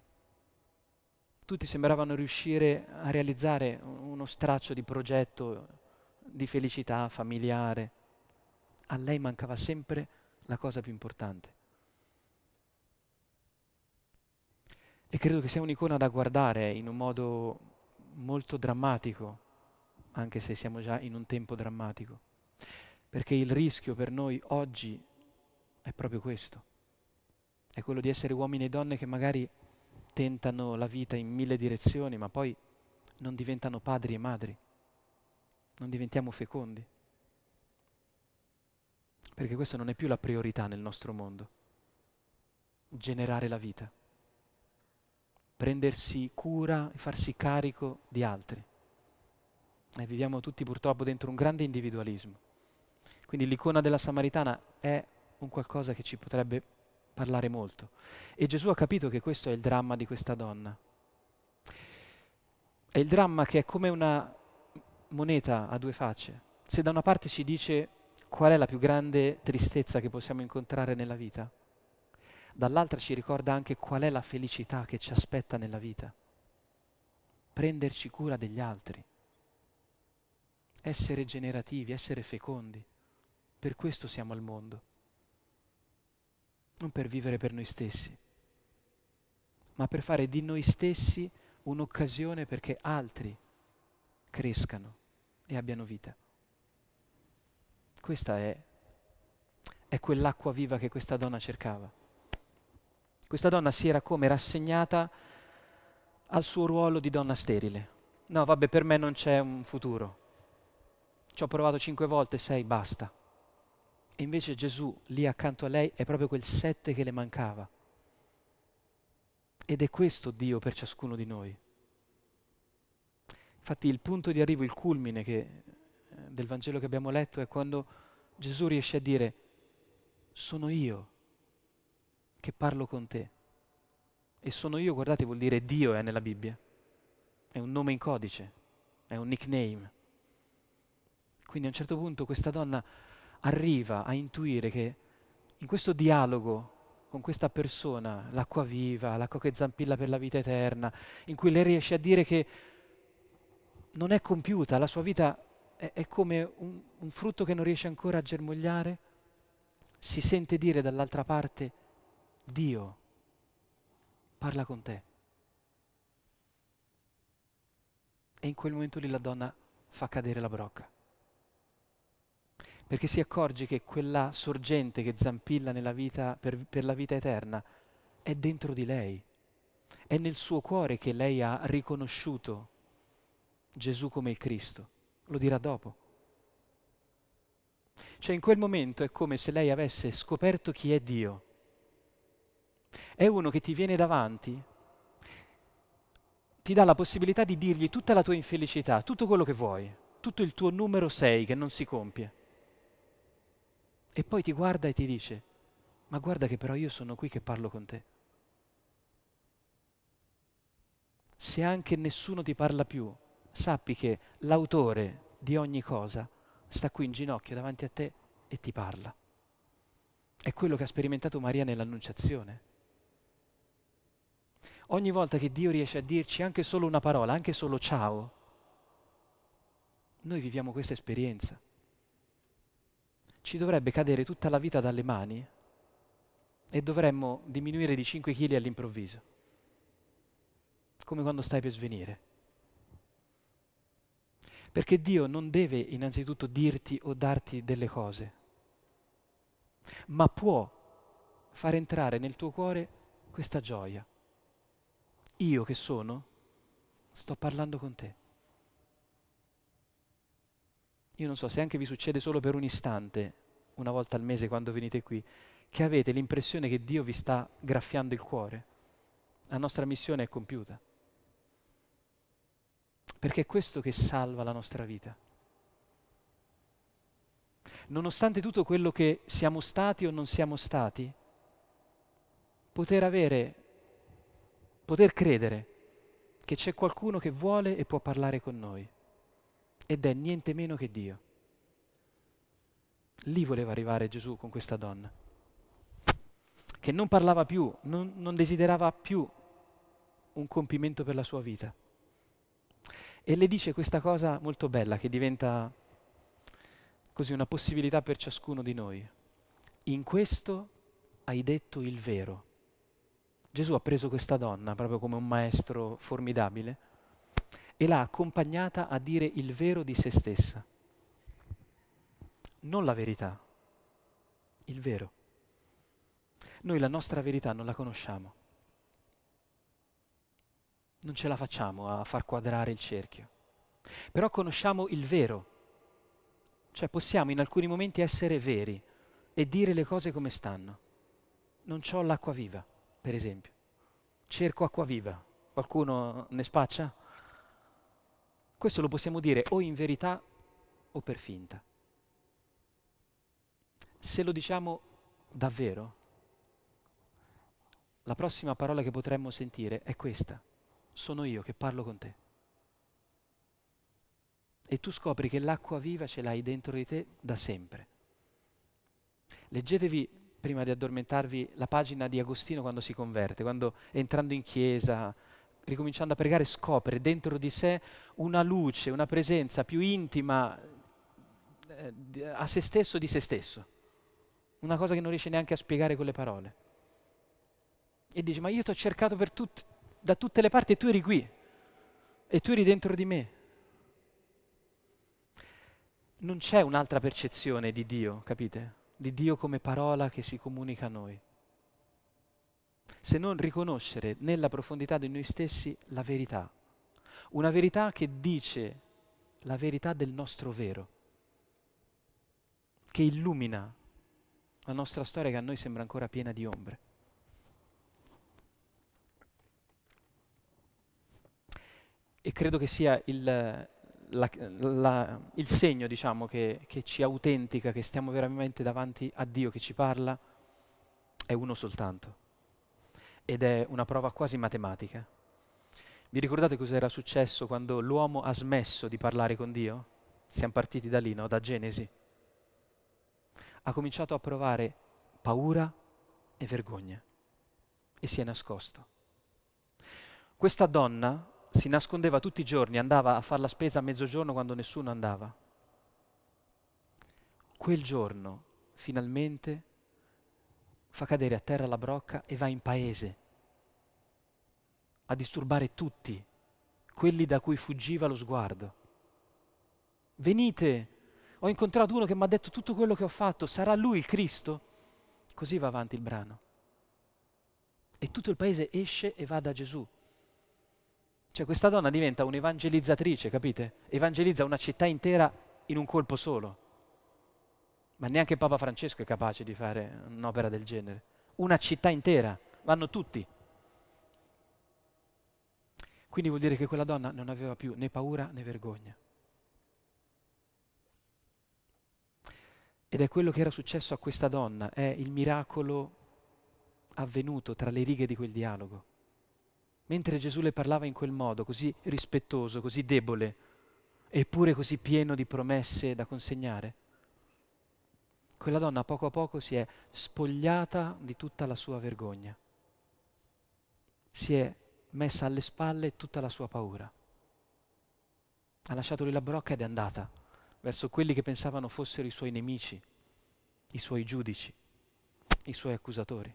[SPEAKER 1] Tutti sembravano riuscire a realizzare uno straccio di progetto di felicità familiare. A lei mancava sempre la cosa più importante. E credo che sia un'icona da guardare in un modo molto drammatico, anche se siamo già in un tempo drammatico. Perché il rischio per noi oggi è proprio questo. È quello di essere uomini e donne che magari tentano la vita in mille direzioni, ma poi non diventano padri e madri, non diventiamo fecondi. Perché questa non è più la priorità nel nostro mondo. Generare la vita. Prendersi cura e farsi carico di altri. E viviamo tutti purtroppo dentro un grande individualismo. Quindi l'icona della Samaritana è un qualcosa che ci potrebbe parlare molto. E Gesù ha capito che questo è il dramma di questa donna. È il dramma che è come una moneta a due facce. Se da una parte ci dice qual è la più grande tristezza che possiamo incontrare nella vita, dall'altra ci ricorda anche qual è la felicità che ci aspetta nella vita. Prenderci cura degli altri, essere generativi, essere fecondi. Per questo siamo al mondo, non per vivere per noi stessi, ma per fare di noi stessi un'occasione perché altri crescano e abbiano vita. Questa è, è quell'acqua viva che questa donna cercava. Questa donna si era come rassegnata al suo ruolo di donna sterile. No, vabbè, per me non c'è un futuro. Ci ho provato cinque volte, sei, basta. E invece Gesù, lì accanto a lei, è proprio quel sette che le mancava. Ed è questo Dio per ciascuno di noi. Infatti il punto di arrivo, il culmine che, eh, del Vangelo che abbiamo letto è quando Gesù riesce a dire: sono io che parlo con te. E sono io, guardate, vuol dire Dio è nella Bibbia. È un nome in codice, è un nickname. Quindi a un certo punto questa donna arriva a intuire che in questo dialogo con questa persona, l'acqua viva, l'acqua che zampilla per la vita eterna, in cui lei riesce a dire che non è compiuta, la sua vita è, è come un, un frutto che non riesce ancora a germogliare, si sente dire dall'altra parte: Dio parla con te. E in quel momento lì la donna fa cadere la brocca. Perché si accorge che quella sorgente che zampilla nella vita, per, per la vita eterna è dentro di lei. È nel suo cuore che lei ha riconosciuto Gesù come il Cristo. Lo dirà dopo. Cioè in quel momento è come se lei avesse scoperto chi è Dio. È uno che ti viene davanti, ti dà la possibilità di dirgli tutta la tua infelicità, tutto quello che vuoi, tutto il tuo numero sei che non si compie. E poi ti guarda e ti dice: ma guarda che però io sono qui che parlo con te. Se anche nessuno ti parla più, sappi che l'autore di ogni cosa sta qui in ginocchio davanti a te e ti parla. È quello che ha sperimentato Maria nell'Annunciazione. Ogni volta che Dio riesce a dirci anche solo una parola, anche solo ciao, noi viviamo questa esperienza. Ci dovrebbe cadere tutta la vita dalle mani e dovremmo diminuire di cinque chili all'improvviso, come quando stai per svenire. Perché Dio non deve innanzitutto dirti o darti delle cose, ma può far entrare nel tuo cuore questa gioia. Io che sono, sto parlando con te. Io non so se anche vi succede solo per un istante, una volta al mese quando venite qui, che avete l'impressione che Dio vi sta graffiando il cuore. La nostra missione è compiuta. Perché è questo che salva la nostra vita. nonostante tutto quello che siamo stati o non siamo stati, poter avere, poter credere che c'è qualcuno che vuole e può parlare con noi, ed è niente meno che Dio. Lì voleva arrivare Gesù con questa donna, che non parlava più, non, non desiderava più un compimento per la sua vita. E le dice questa cosa molto bella che diventa così una possibilità per ciascuno di noi. In questo hai detto il vero. Gesù ha preso questa donna proprio come un maestro formidabile e l'ha accompagnata a dire il vero di se stessa. Non la verità, il vero. Noi la nostra verità non la conosciamo. Non ce la facciamo a far quadrare il cerchio. Però conosciamo il vero. Cioè possiamo in alcuni momenti essere veri e dire le cose come stanno. Non c'ho l'acqua viva, per esempio. Cerco acqua viva. Qualcuno ne spaccia? Questo lo possiamo dire o in verità o per finta. Se lo diciamo davvero, la prossima parola che potremmo sentire è questa. Sono io che parlo con te. E tu scopri che l'acqua viva ce l'hai dentro di te da sempre. Leggetevi, prima di addormentarvi, la pagina di Agostino quando si converte, quando entrando in chiesa, ricominciando a pregare, scopre dentro di sé una luce, una presenza più intima eh, a se stesso di se stesso. Una cosa che non riesce neanche a spiegare con le parole. E dice, ma io ti ho cercato per tut- da tutte le parti e tu eri qui. E tu eri dentro di me. Non c'è un'altra percezione di Dio, capite? Di Dio come parola che si comunica a noi. Se non riconoscere nella profondità di noi stessi la verità. Una verità che dice la verità del nostro vero. Che illumina la nostra storia che a noi sembra ancora piena di ombre. E credo che sia il, la, la, il segno, diciamo, che, che ci autentica, che stiamo veramente davanti a Dio che ci parla, è uno soltanto. Ed è una prova quasi matematica. Vi ricordate cosa era successo quando l'uomo ha smesso di parlare con Dio? Siamo partiti da lì, no? Da Genesi. Ha cominciato a provare paura e vergogna e si è nascosto. Questa donna si nascondeva tutti i giorni, andava a fare la spesa a mezzogiorno quando nessuno andava. Quel giorno, finalmente, fa cadere a terra la brocca e va in paese a disturbare tutti, quelli da cui fuggiva lo sguardo. Venite, ho incontrato uno che mi ha detto tutto quello che ho fatto, sarà lui il Cristo? Così va avanti il brano. E tutto il paese esce e va da Gesù. Cioè questa donna diventa un'evangelizzatrice, capite? Evangelizza una città intera in un colpo solo. Ma neanche Papa Francesco è capace di fare un'opera del genere. Una città intera, vanno tutti. Quindi vuol dire che quella donna non aveva più né paura né vergogna. Ed è quello che era successo a questa donna, è il miracolo avvenuto tra le righe di quel dialogo. Mentre Gesù le parlava in quel modo, così rispettoso, così debole, eppure così pieno di promesse da consegnare, quella donna poco a poco si è spogliata di tutta la sua vergogna. Si è messa alle spalle tutta la sua paura. Ha lasciato lì la brocca ed è andata verso quelli che pensavano fossero i suoi nemici, i suoi giudici, i suoi accusatori.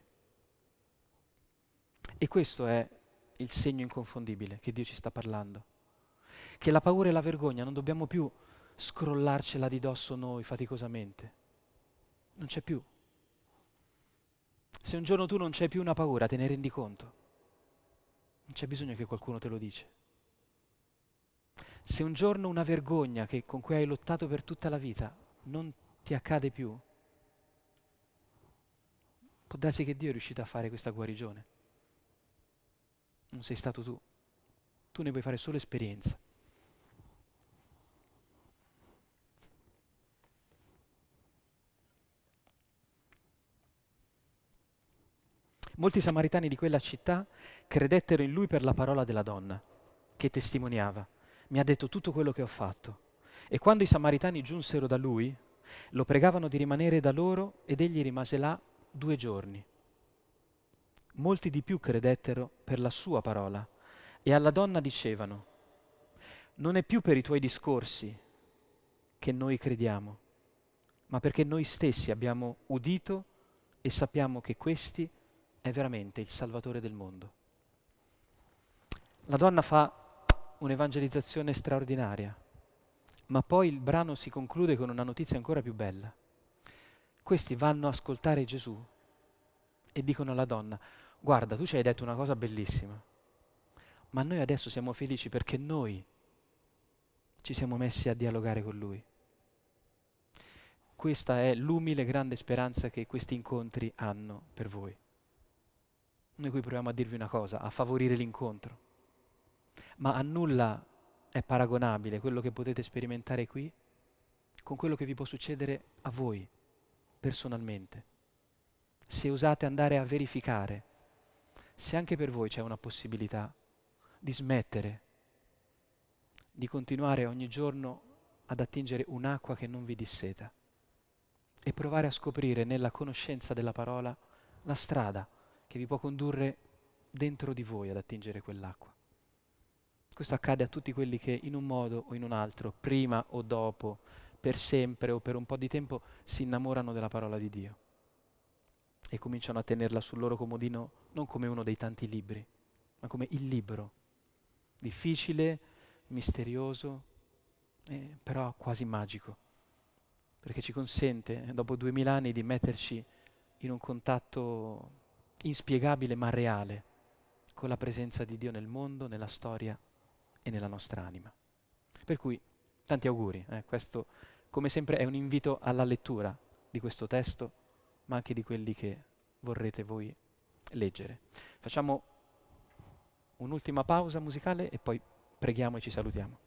[SPEAKER 1] E questo è il segno inconfondibile che Dio ci sta parlando. Che la paura e la vergogna non dobbiamo più scrollarcela di dosso noi faticosamente. Non c'è più. Se un giorno tu non c'hai più una paura, te ne rendi conto. Non c'è bisogno che qualcuno te lo dice. Se un giorno una vergogna che, con cui hai lottato per tutta la vita non ti accade più, può darsi che Dio è riuscito a fare questa guarigione. Non sei stato tu. Tu ne puoi fare solo esperienza. Molti samaritani di quella città credettero in lui per la parola della donna, che testimoniava: mi ha detto tutto quello che ho fatto. E quando i samaritani giunsero da lui, lo pregavano di rimanere da loro ed egli rimase là due giorni. Molti di più credettero per la sua parola e alla donna dicevano: non è più per i tuoi discorsi che noi crediamo, ma perché noi stessi abbiamo udito e sappiamo che questi è veramente il Salvatore del mondo. La donna fa un'evangelizzazione straordinaria, ma poi il brano si conclude con una notizia ancora più bella. Questi vanno a ascoltare Gesù e dicono alla donna: guarda, tu ci hai detto una cosa bellissima, ma noi adesso siamo felici perché noi ci siamo messi a dialogare con Lui. Questa è l'umile grande speranza che questi incontri hanno per voi. Noi qui proviamo a dirvi una cosa, a favorire l'incontro, ma a nulla è paragonabile quello che potete sperimentare qui con quello che vi può succedere a voi personalmente. Se osate andare a verificare se anche per voi c'è una possibilità di smettere, di continuare ogni giorno ad attingere un'acqua che non vi disseta e provare a scoprire nella conoscenza della parola la strada che vi può condurre dentro di voi ad attingere quell'acqua. Questo accade a tutti quelli che in un modo o in un altro, prima o dopo, per sempre o per un po' di tempo, si innamorano della parola di Dio e cominciano a tenerla sul loro comodino non come uno dei tanti libri, ma come il libro, difficile, misterioso, eh, però quasi magico, perché ci consente, eh, dopo duemila anni, di metterci in un contatto inspiegabile ma reale con la presenza di Dio nel mondo, nella storia e nella nostra anima. Per cui tanti auguri, eh, questo come sempre è un invito alla lettura di questo testo, ma anche di quelli che vorrete voi leggere. Facciamo un'ultima pausa musicale e poi preghiamo e ci salutiamo.